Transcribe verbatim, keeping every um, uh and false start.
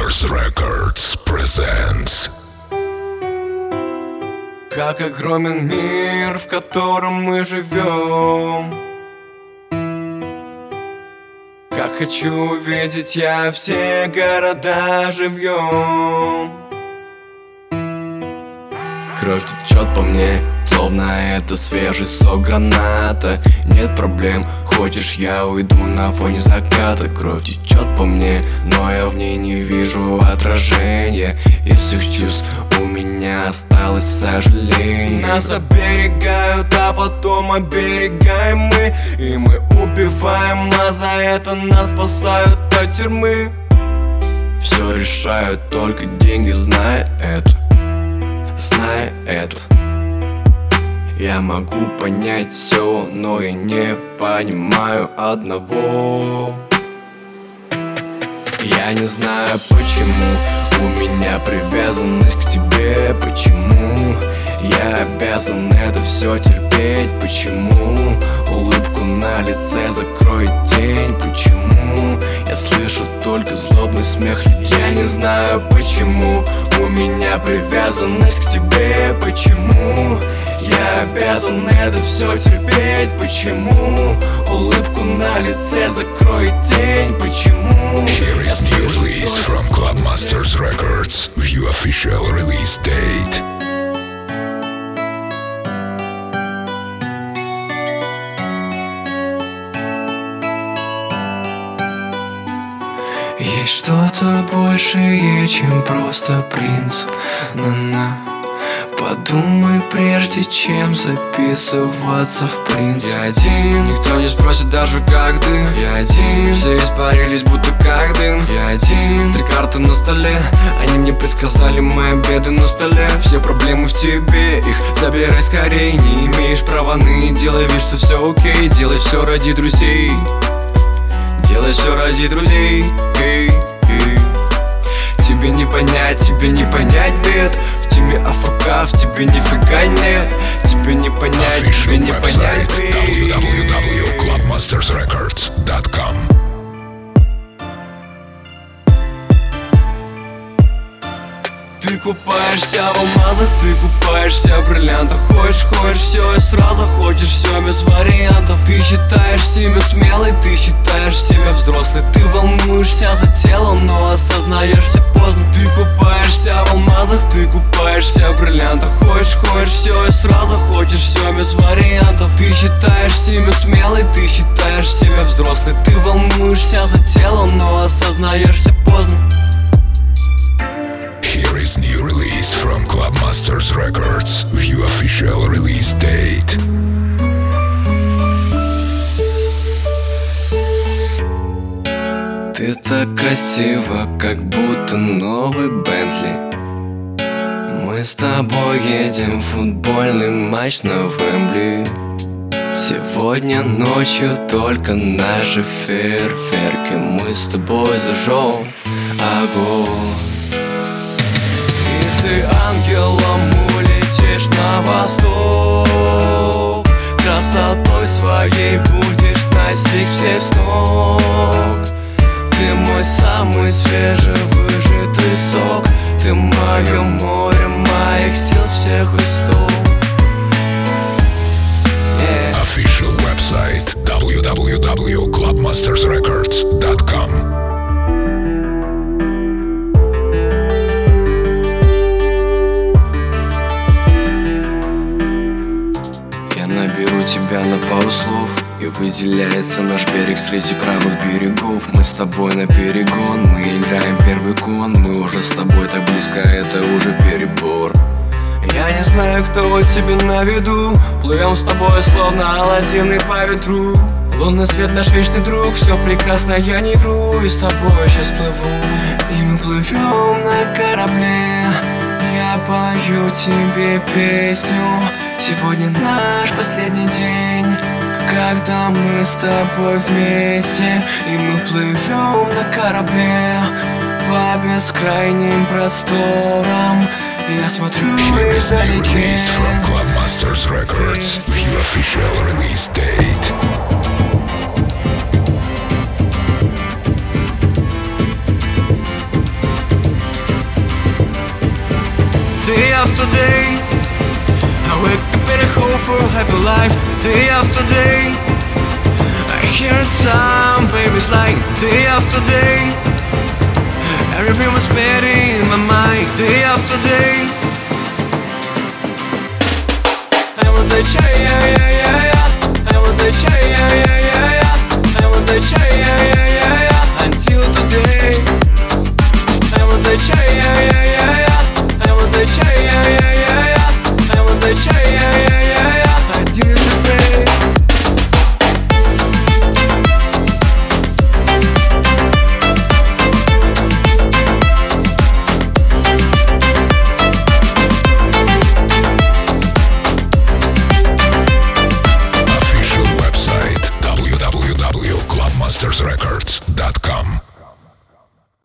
Clubmasters Records presents. Как огромен мир, в котором мы живем. Как хочу увидеть я все города живьем. Кровь течет по мне, словно это свежий сок граната. Нет проблем, хочешь, я уйду на фоне заката. Кровь течет по мне, но я в ней не вижу отражения. Из всех чувств у меня осталось сожаление. Нас оберегают, а потом оберегаем мы. И мы убиваем, а за это нас спасают от тюрьмы. Все решают только деньги, зная это. Зная это, я могу понять все, но я не понимаю одного. Я не знаю, почему у меня привязанность к тебе. Почему я обязан это все терпеть? Почему улыбку на лице закроет тень? Почему я слышу только злобный смех людей? Я не знаю, почему у меня привязанность к тебе. Почему я обязан это все терпеть? Почему улыбку на лице закроет тень? Почему? Here is new release from Clubmasters Records. View official release date. Есть что-то большее, чем просто принцип. На-на. Подумай, прежде чем записываться в принцип. Я один, никто не спросит даже как ты. Я один, все испарились будто как дым. Я один, три карты на столе, они мне предсказали мои беды на столе. Все проблемы в тебе, их забирай скорей. Не имеешь права ныне, делай вид, что все окей. Делай все ради друзей. Делай все ради друзей. Эй, эй. Тебе не понять, тебе не понять бед. В тебе АФК, в тебе нифига нет. Тебе не понять, Official тебе не website понять. w w w dot clubmasters records dot com. Ты купаешься в алмазах, ты купаешься в бриллиантах. Хочешь, хочешь все и сразу хочешь все без вариантов. Ты считаешь себя смелой, ты считаешь себя взрослой. Ты волнуешься за тело, но осознаешься поздно. Ты купаешься в алмазах, ты купаешься в бриллиантах. Хочешь, хочешь все и сразу хочешь все без вариантов. Ты считаешь себя смелой, ты считаешь себя взрослой. Ты волнуешься за тело, но осознаешься поздно. Here is new release from Clubmasters Records. View official release date. Ты так красива, как будто новый Бентли. Мы с тобой едем в футбольный матч на Вембли. Сегодня ночью только наши фейерверки. Мы с тобой зажжем огонь. Ты ангелом улетишь на восток. Красотой своей будешь сносить всех с ног. Ты мой самый свежевыжатый сок. Ты мое море, моих сил всех исток. Yeah. Official website w w w dot clubmasters records dot com. Наберу тебя на пару слов, и выделяется наш берег среди правых берегов. Мы с тобой на перегон, мы играем первый кон. Мы уже с тобой так близко, это уже перебор. Я не знаю, кто вот тебе на виду. Плывем с тобой, словно Аладдины по ветру. Лунный свет наш вечный друг, все прекрасно, я не вру. И с тобой сейчас плыву, и мы плывем на корабле. Я пою тебе песню. Сегодня наш последний день, когда мы с тобой вместе. И мы плывем на корабле по бескрайним просторам. Я смотрю Here is new вдалеке. release from Clubmasters Records. View official release date. after day. I wake up and I hope for a happy life. Day after day, I hear some babies like day after day. Everything was better in my mind. Day after day. I was a child, yeah, yeah, yeah, yeah. I was a child, yeah, yeah, yeah, yeah. I was a child, yeah, yeah.